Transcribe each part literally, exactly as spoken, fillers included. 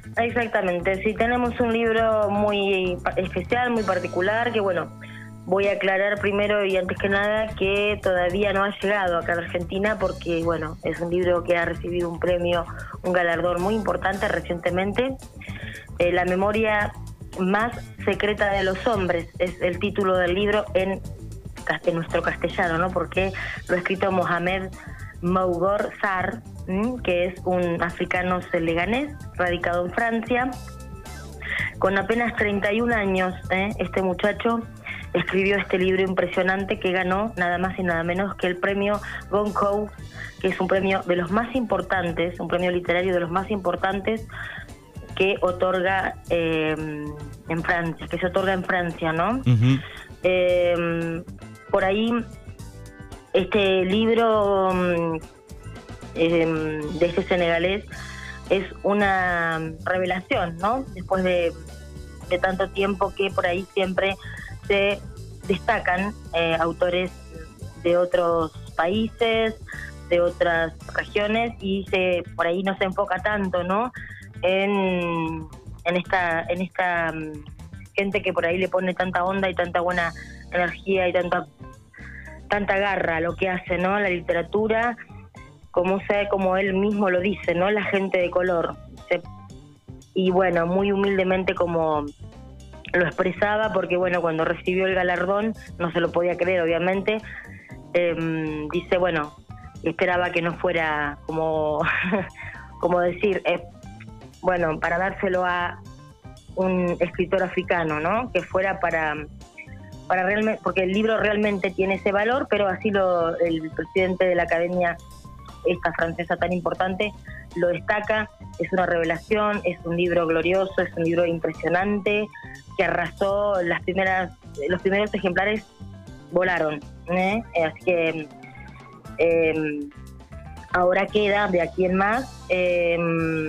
Exactamente, sí, tenemos un libro muy especial, muy particular, que bueno, voy a aclarar primero y antes que nada que todavía no ha llegado acá a Argentina porque, bueno, es un libro que ha recibido un premio, un galardón muy importante recientemente. Eh, La memoria más secreta de los hombres es el título del libro en, en nuestro castellano, ¿no? Porque lo ha escrito Mohamed Mougor Sarr, ¿m? que es un africano senegalés radicado en Francia. Con apenas treinta y un años, ¿eh? este muchacho escribió este libro impresionante que ganó nada más y nada menos que el premio Goncourt, que es un premio de los más importantes, un premio literario de los más importantes que otorga eh, en Francia, que se otorga en Francia, ¿no? Uh-huh. Eh, por ahí, este libro eh, de este senegalés es una revelación, ¿no? Después de, de tanto tiempo que por ahí siempre se destacan eh, autores de otros países, de otras regiones, y se por ahí no se enfoca tanto, ¿no? En, en esta en esta um, gente que por ahí le pone tanta onda y tanta buena energía y tanta tanta garra a lo que hace, ¿no? La literatura, como sea, como él mismo lo dice, ¿no? La gente de color. Se, y bueno, muy humildemente como lo expresaba, porque bueno, cuando recibió el galardón no se lo podía creer, obviamente. Eh, dice, bueno, esperaba que no fuera como como decir, eh, bueno, para dárselo a un escritor africano, ¿no? Que fuera para para realmente, porque el libro realmente tiene ese valor, pero así lo el presidente de la academia esta francesa tan importante lo destaca. Es una revelación, es un libro glorioso, es un libro impresionante que arrasó las primeras, los primeros ejemplares volaron, ¿eh? Así que eh, ahora queda de aquí en más eh,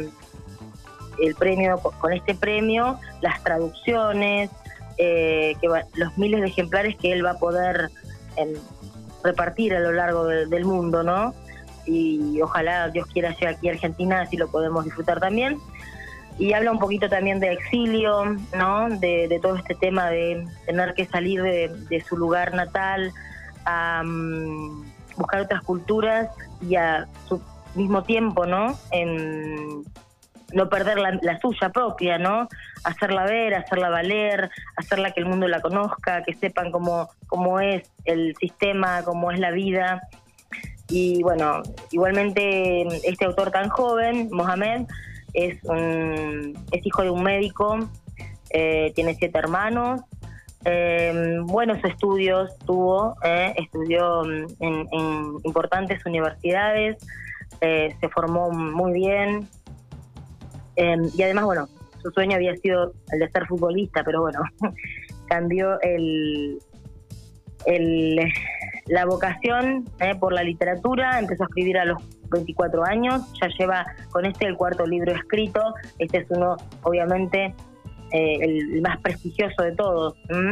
el premio, con este premio, las traducciones, eh, que va, los miles de ejemplares que él va a poder eh, repartir a lo largo de, del mundo, ¿no? Y ojalá Dios quiera llegar aquí a Argentina, así lo podemos disfrutar también. Y habla un poquito también de exilio, ¿no? De, de todo este tema de tener que salir de, de su lugar natal a um, buscar otras culturas y a su mismo tiempo, ¿no? En no perder la, la suya propia, ¿no? Hacerla ver, hacerla valer, hacerla que el mundo la conozca, que sepan cómo, cómo es el sistema, cómo es la vida. Y bueno, igualmente este autor tan joven, Mohamed, es un, es hijo de un médico, eh, tiene siete hermanos, eh, buenos estudios tuvo, eh, estudió en, en importantes universidades, eh, se formó muy bien, eh, y además, bueno, su sueño había sido el de ser futbolista, pero bueno, cambió el... el la vocación eh, por la literatura. Empezó a escribir a los veinticuatro años, ya lleva con este el cuarto libro escrito. Este es uno, obviamente, eh, el más prestigioso de todos, ¿m?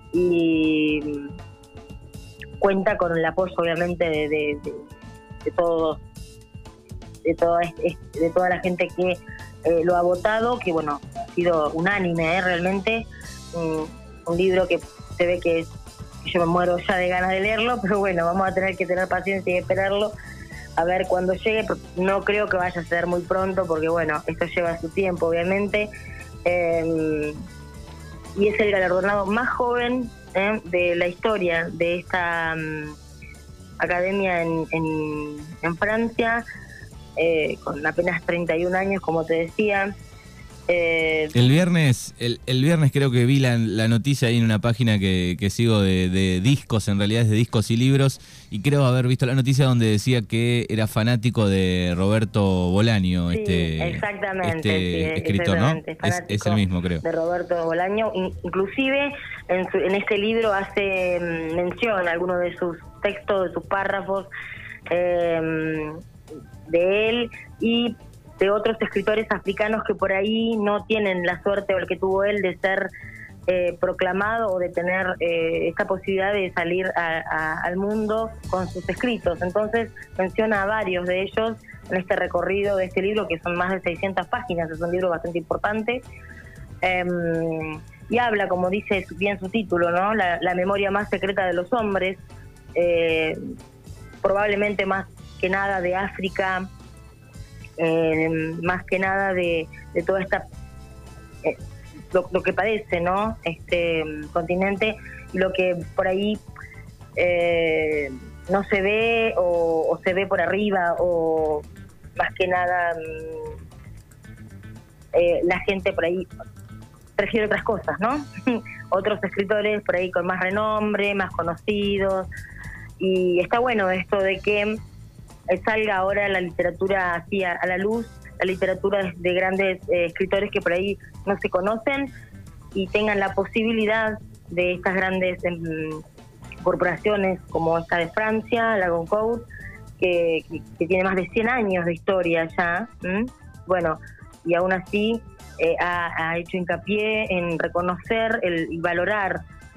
Y cuenta con el apoyo, obviamente, de, de, de, de todos, de toda, de toda la gente que eh, lo ha votado, que bueno, ha sido unánime, ¿eh? Realmente, un, un libro que se ve que es yo me muero ya de ganas de leerlo, pero bueno, vamos a tener que tener paciencia y esperarlo a ver cuándo llegue. No creo que vaya a ser muy pronto, porque bueno, esto lleva su tiempo, obviamente. Eh, y es el galardonado más joven eh, de la historia de esta um, academia en, en, en Francia, eh, con apenas treinta y un años, como te decía. Eh, el viernes el, el viernes creo que vi la, la noticia ahí en una página que, que sigo de, de discos, en realidad es de discos y libros, y creo haber visto la noticia donde decía que era fanático de Roberto Bolaño, sí, este, exactamente, este sí, escritor, exactamente, ¿no? Es, es el mismo, creo. De Roberto Bolaño, inclusive en, su, en este libro hace mención a algunos de sus textos, de sus párrafos eh, de él y de otros escritores africanos que por ahí no tienen la suerte o el que tuvo él de ser eh, proclamado o de tener eh, esta posibilidad de salir a, a, al mundo con sus escritos. Entonces menciona a varios de ellos en este recorrido de este libro, que son más de seiscientas páginas, es un libro bastante importante. Eh, y habla, como dice bien su título, ¿no? La, la memoria más secreta de los hombres, eh, probablemente más que nada de África, eh, más que nada de, de toda esta eh, lo, lo que padece, ¿no? Este continente, y lo que por ahí eh, no se ve o, o se ve por arriba, o más que nada eh, la gente por ahí prefiere otras cosas, ¿no? Otros escritores por ahí con más renombre, más conocidos, y está bueno esto de que salga ahora la literatura así a, a la luz, la literatura de grandes eh, escritores que por ahí no se conocen, y tengan la posibilidad de estas grandes eh, corporaciones como esta de Francia, la Goncourt, que, que, que tiene más de cien años de historia ya, ¿m? Bueno, y aún así eh, ha, ha hecho hincapié en reconocer el, y valorar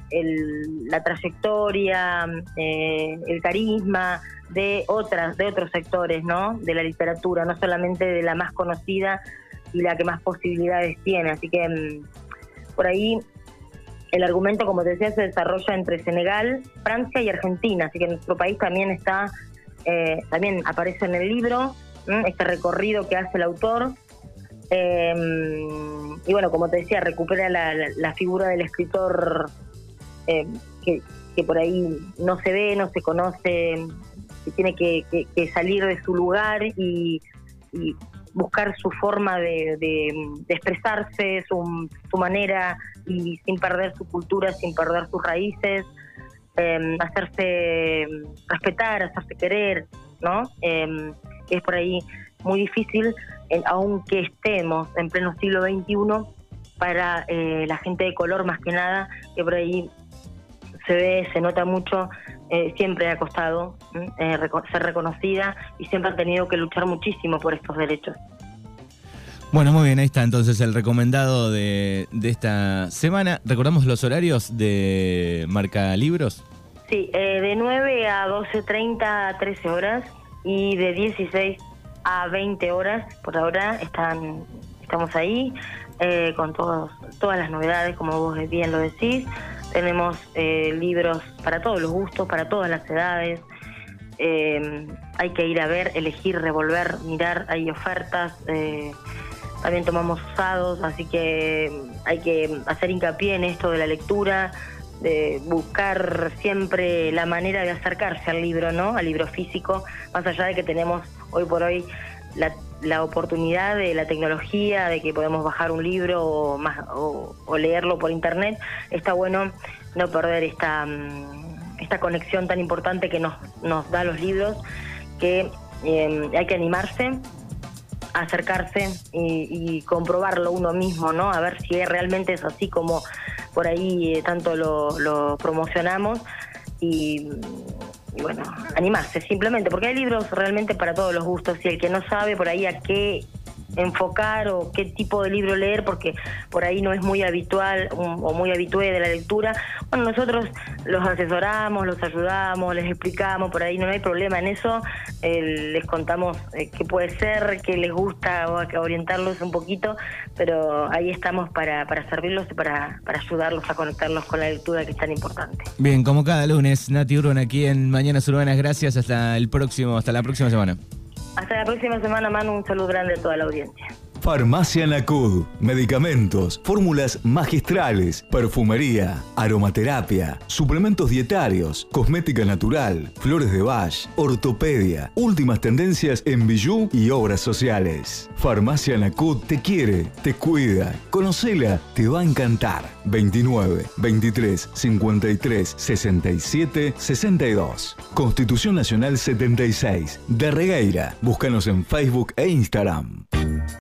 el, la trayectoria, eh, el carisma de otras, de otros sectores, ¿no? De la literatura, no solamente de la más conocida y la que más posibilidades tiene. Así que mmm, por ahí el argumento, como te decía, se desarrolla entre Senegal, Francia y Argentina, así que nuestro país también está, eh, también aparece en el libro, ¿m? Este recorrido que hace el autor. Eh, y bueno, como te decía, recupera la, la, la figura del escritor eh, que, que por ahí no se ve, no se conoce, que tiene que, que, que salir de su lugar y, y buscar su forma de, de, de expresarse, su, su manera, y sin perder su cultura, sin perder sus raíces, eh, hacerse respetar, hacerse querer, ¿no? Eh, es por ahí muy difícil, eh, aunque estemos en pleno siglo veintiuno, para eh, la gente de color más que nada, que por ahí se ve, se nota mucho, eh, siempre ha costado eh, reco- ser reconocida, y siempre han tenido que luchar muchísimo por estos derechos. Bueno, muy bien, ahí está entonces el recomendado de, de esta semana. ¿Recordamos los horarios de Marca Libros? Sí, eh, de nueve a doce treinta a trece horas, y de dieciséis a veinte horas, por ahora están estamos ahí, eh, con todos, todas las novedades, como vos bien lo decís. Tenemos eh, libros para todos los gustos, para todas las edades. Eh, hay que ir a ver, elegir, revolver, mirar, hay ofertas. Eh, también tomamos usados, así que hay que hacer hincapié en esto de la lectura, de buscar siempre la manera de acercarse al libro, ¿no? Al libro físico, más allá de que tenemos hoy por hoy la, la oportunidad de la tecnología, de que podemos bajar un libro o, más, o, o leerlo por internet. Está bueno no perder esta, esta conexión tan importante que nos, nos da los libros, que eh, hay que animarse a acercarse y, y comprobarlo uno mismo, ¿no? A ver si realmente es así como por ahí eh, tanto lo, lo promocionamos, y, y bueno, animarse simplemente, porque hay libros realmente para todos los gustos, y el que no sabe por ahí a qué enfocar o qué tipo de libro leer, porque por ahí no es muy habitual o muy habitué de la lectura, bueno, nosotros los asesoramos, los ayudamos, les explicamos, por ahí no hay problema en eso, eh, les contamos eh, qué puede ser, qué les gusta, o orientarlos un poquito, pero ahí estamos para, para servirlos y para, para ayudarlos a conectarlos con la lectura, que es tan importante. Bien, como cada lunes, Nati Urban aquí en Mañanas Urbanas. Gracias, hasta el próximo, hasta la próxima semana. Hasta la próxima semana, Manu, un saludo grande a toda la audiencia. Farmacia Nacud, medicamentos, fórmulas magistrales, perfumería, aromaterapia, suplementos dietarios, cosmética natural, flores de Bach, ortopedia, últimas tendencias en bijú y obras sociales. Farmacia Nacud te quiere, te cuida, conocela, te va a encantar. veintinueve, veintitrés, cincuenta y tres, sesenta y siete, sesenta y dos. Constitución Nacional setenta y seis, de Regueira. Búscanos en Facebook e Instagram.